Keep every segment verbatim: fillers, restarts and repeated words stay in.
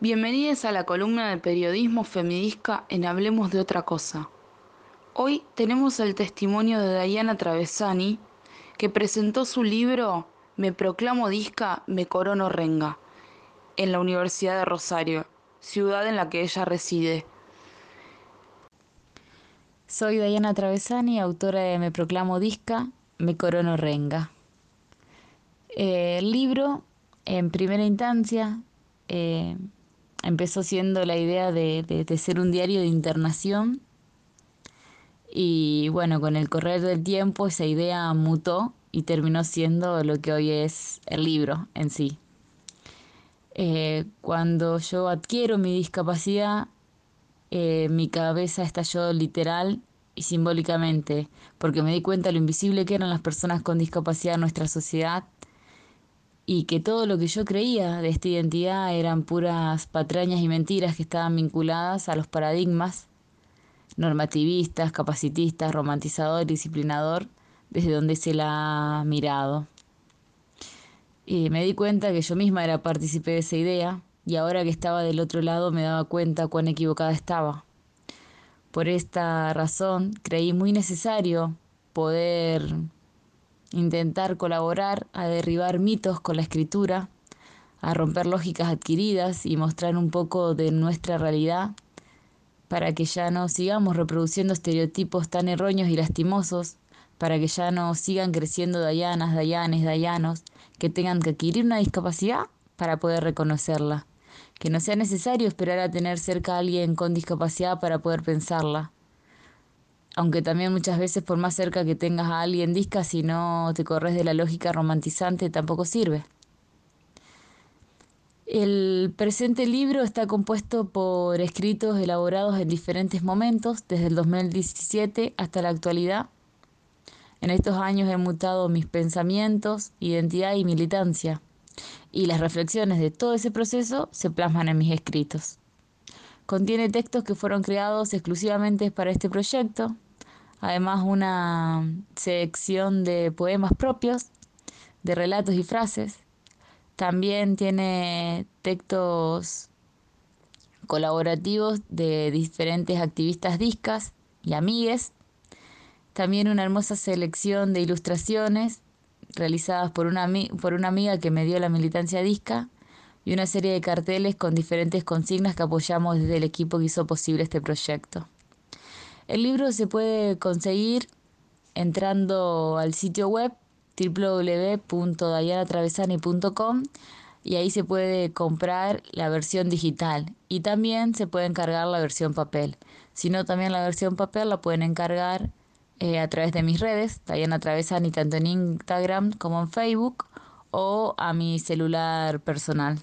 Bienvenidos a la columna de periodismo feminista en Hablemos de otra cosa. Hoy tenemos el testimonio de Dayana Travezzani, que presentó su libro Me proclamo disca, me corono renga, en la Universidad de Rosario, ciudad en la que ella reside. Soy Dayana Travezzani, autora de Me proclamo disca, me corono renga. Eh, el libro, en primera instancia, eh, empezó siendo la idea de, de, de ser un diario de internación y bueno, con el correr del tiempo esa idea mutó y terminó siendo lo que hoy es el libro en sí. Eh, cuando yo adquiero mi discapacidad, eh, mi cabeza estalló literal y simbólicamente, porque me di cuenta de lo invisible que eran las personas con discapacidad en nuestra sociedad y que todo lo que yo creía de esta identidad eran puras patrañas y mentiras que estaban vinculadas a los paradigmas normativistas, capacitistas, romantizador, disciplinador, desde donde se la ha mirado. Y me di cuenta que yo misma era partícipe de esa idea y ahora que estaba del otro lado me daba cuenta cuán equivocada estaba. Por esta razón creí muy necesario poder intentar colaborar a derribar mitos con la escritura, a romper lógicas adquiridas y mostrar un poco de nuestra realidad para que ya no sigamos reproduciendo estereotipos tan erróneos y lastimosos, para que ya no sigan creciendo Dayanas, Dayanes, Dayanos que tengan que adquirir una discapacidad para poder reconocerla. Que no sea necesario esperar a tener cerca a alguien con discapacidad para poder pensarla. Aunque también muchas veces por más cerca que tengas a alguien disca, si no te corres de la lógica romantizante tampoco sirve. El presente libro está compuesto por escritos elaborados en diferentes momentos, desde el dos mil diecisiete hasta la actualidad. En estos años he mutado mis pensamientos, identidad y militancia, y las reflexiones de todo ese proceso se plasman en mis escritos. Contiene textos que fueron creados exclusivamente para este proyecto, además una sección de poemas propios, de relatos y frases. También tiene textos colaborativos de diferentes activistas discas y amigues. También una hermosa selección de ilustraciones realizadas por una, por una amiga que me dio la militancia disca y una serie de carteles con diferentes consignas que apoyamos desde el equipo que hizo posible este proyecto. El libro se puede conseguir entrando al sitio web doble u doble u doble u punto dayana travezzani punto com y ahí se puede comprar la versión digital y también se puede encargar la versión papel. Si no, también la versión papel la pueden encargar eh, a través de mis redes, Dayana Travezzani, tanto en Instagram como en Facebook, o a mi celular personal.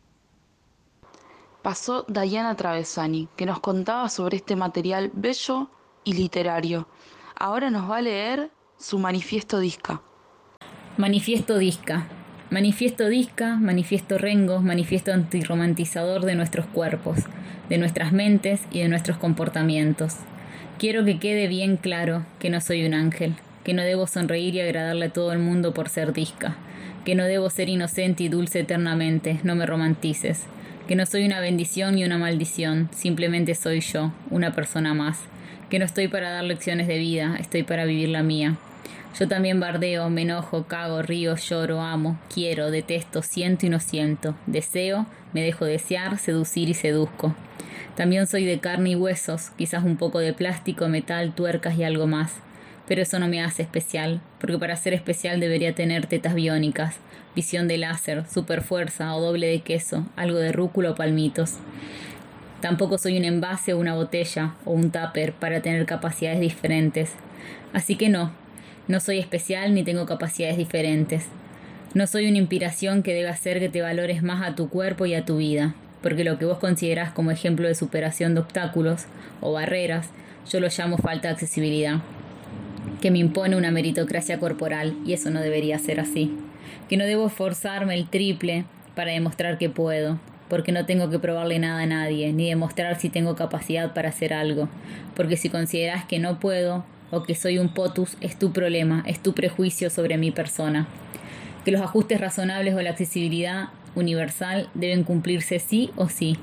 Pasó Dayana Travezzani, que nos contaba sobre este material bello y literario. Ahora nos va a leer su manifiesto disca. Manifiesto disca. Manifiesto disca, manifiesto rengo, manifiesto antirromantizador de nuestros cuerpos, de nuestras mentes y de nuestros comportamientos. Quiero que quede bien claro que no soy un ángel, que no debo sonreír y agradarle a todo el mundo por ser disca, que no debo ser inocente y dulce eternamente, no me romantices, que no soy una bendición ni una maldición, simplemente soy yo, una persona más, que no estoy para dar lecciones de vida, estoy para vivir la mía. Yo también bardeo, me enojo, cago, río, lloro, amo, quiero, detesto, siento y no siento, deseo, me dejo desear, seducir y seduzco. También soy de carne y huesos, quizás un poco de plástico, metal, tuercas y algo más. Pero eso no me hace especial, porque para ser especial debería tener tetas biónicas, visión de láser, superfuerza o doble de queso, algo de rúcula o palmitos. Tampoco soy un envase o una botella o un tupper para tener capacidades diferentes. Así que no, no soy especial ni tengo capacidades diferentes. No soy una inspiración que debe hacer que te valores más a tu cuerpo y a tu vida, porque lo que vos considerás como ejemplo de superación de obstáculos o barreras, yo lo llamo falta de accesibilidad, que me impone una meritocracia corporal, y eso no debería ser así. Que no debo esforzarme el triple para demostrar que puedo, porque no tengo que probarle nada a nadie, ni demostrar si tengo capacidad para hacer algo, porque si considerás que no puedo o que soy un potus, es tu problema, es tu prejuicio sobre mi persona. Que los ajustes razonables o la accesibilidad universal deben cumplirse sí o sí,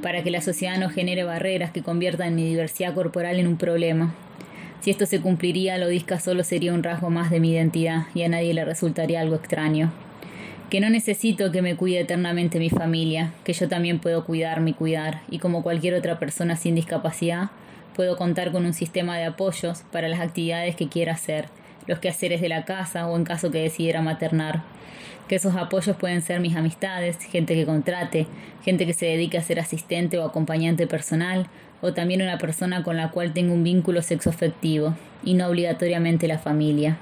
para que la sociedad no genere barreras que conviertan mi diversidad corporal en un problema. Si esto se cumpliría, lo disca solo sería un rasgo más de mi identidad y a nadie le resultaría algo extraño. Que no necesito que me cuide eternamente mi familia, que yo también puedo cuidarme y cuidar, y como cualquier otra persona sin discapacidad, puedo contar con un sistema de apoyos para las actividades que quiera hacer, los quehaceres de la casa o en caso que decidiera maternar. Que esos apoyos pueden ser mis amistades, gente que contrate, gente que se dedique a ser asistente o acompañante personal, o también una persona con la cual tengo un vínculo sexoafectivo, y no obligatoriamente la familia.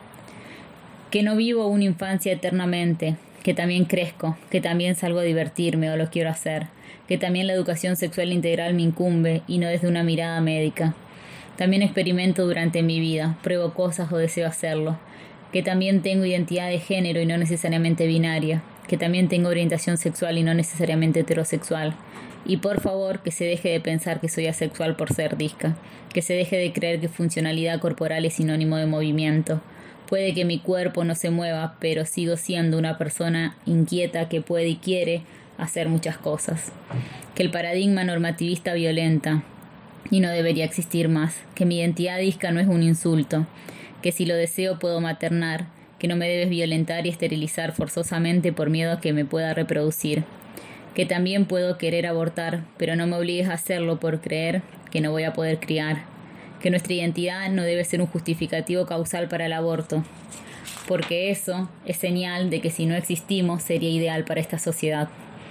Que no vivo una infancia eternamente, que también crezco, que también salgo a divertirme o lo quiero hacer, que también la educación sexual integral me incumbe y no desde una mirada médica. También experimento durante mi vida, pruebo cosas o deseo hacerlo, que también tengo identidad de género y no necesariamente binaria, que también tengo orientación sexual y no necesariamente heterosexual. Y por favor, que se deje de pensar que soy asexual por ser disca, que se deje de creer que funcionalidad corporal es sinónimo de movimiento. Puede que mi cuerpo no se mueva, pero sigo siendo una persona inquieta que puede y quiere hacer muchas cosas. Que el paradigma normativista violenta y no debería existir más. Que mi identidad disca no es un insulto. Que si lo deseo puedo maternar. Que no me debes violentar y esterilizar forzosamente por miedo a que me pueda reproducir. Que también puedo querer abortar, pero no me obligues a hacerlo por creer que no voy a poder criar. Que nuestra identidad no debe ser un justificativo causal para el aborto, porque eso es señal de que si no existimos sería ideal para esta sociedad.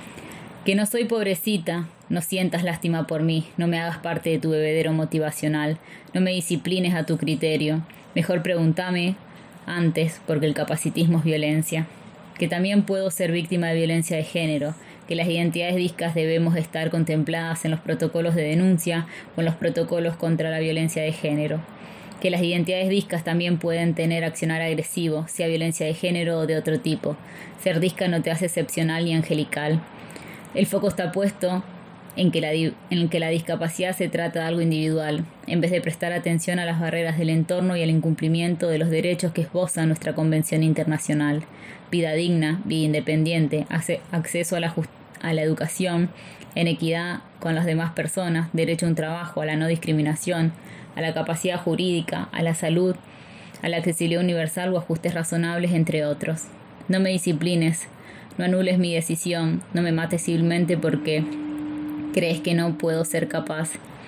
Que no soy pobrecita, no sientas lástima por mí, no me hagas parte de tu bebedero motivacional, no me disciplines a tu criterio, mejor pregúntame antes, porque el capacitismo es violencia. Que también puedo ser víctima de violencia de género, que las identidades discas debemos estar contempladas en los protocolos de denuncia o en los protocolos contra la violencia de género. Que las identidades discas también pueden tener accionar agresivo, sea violencia de género o de otro tipo. Ser disca no te hace excepcional ni angelical. El foco está puesto en que, la, en que la discapacidad se trata de algo individual, en vez de prestar atención a las barreras del entorno y al incumplimiento de los derechos que esboza nuestra Convención Internacional. Vida digna, vida independiente, acceso a la, a la educación, en equidad con las demás personas, derecho a un trabajo, a la no discriminación, a la capacidad jurídica, a la salud, a la accesibilidad universal o ajustes razonables, entre otros. No me disciplines, no anules mi decisión, no me mates civilmente porque crees que no puedo ser capaz,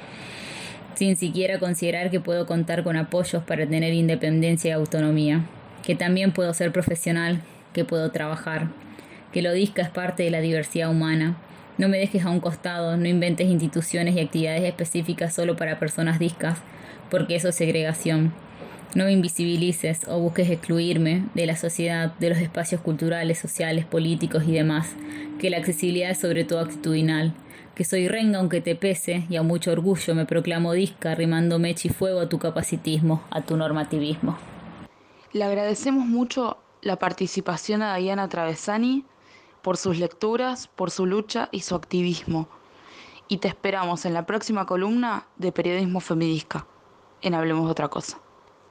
sin siquiera considerar que puedo contar con apoyos para tener independencia y autonomía, que también puedo ser profesional, que puedo trabajar, que lo disca es parte de la diversidad humana. No me dejes a un costado, no inventes instituciones y actividades específicas solo para personas discas, porque eso es segregación. No me invisibilices o busques excluirme de la sociedad, de los espacios culturales, sociales, políticos y demás, que la accesibilidad es sobre todo actitudinal, que soy renga aunque te pese y a mucho orgullo me proclamo disca, arrimando mecha y fuego a tu capacitismo, a tu normativismo. Le agradecemos mucho la participación a Diana Travezzani por sus lecturas, por su lucha y su activismo. Y te esperamos en la próxima columna de Periodismo Femidisca, en Hablemos de Otra Cosa.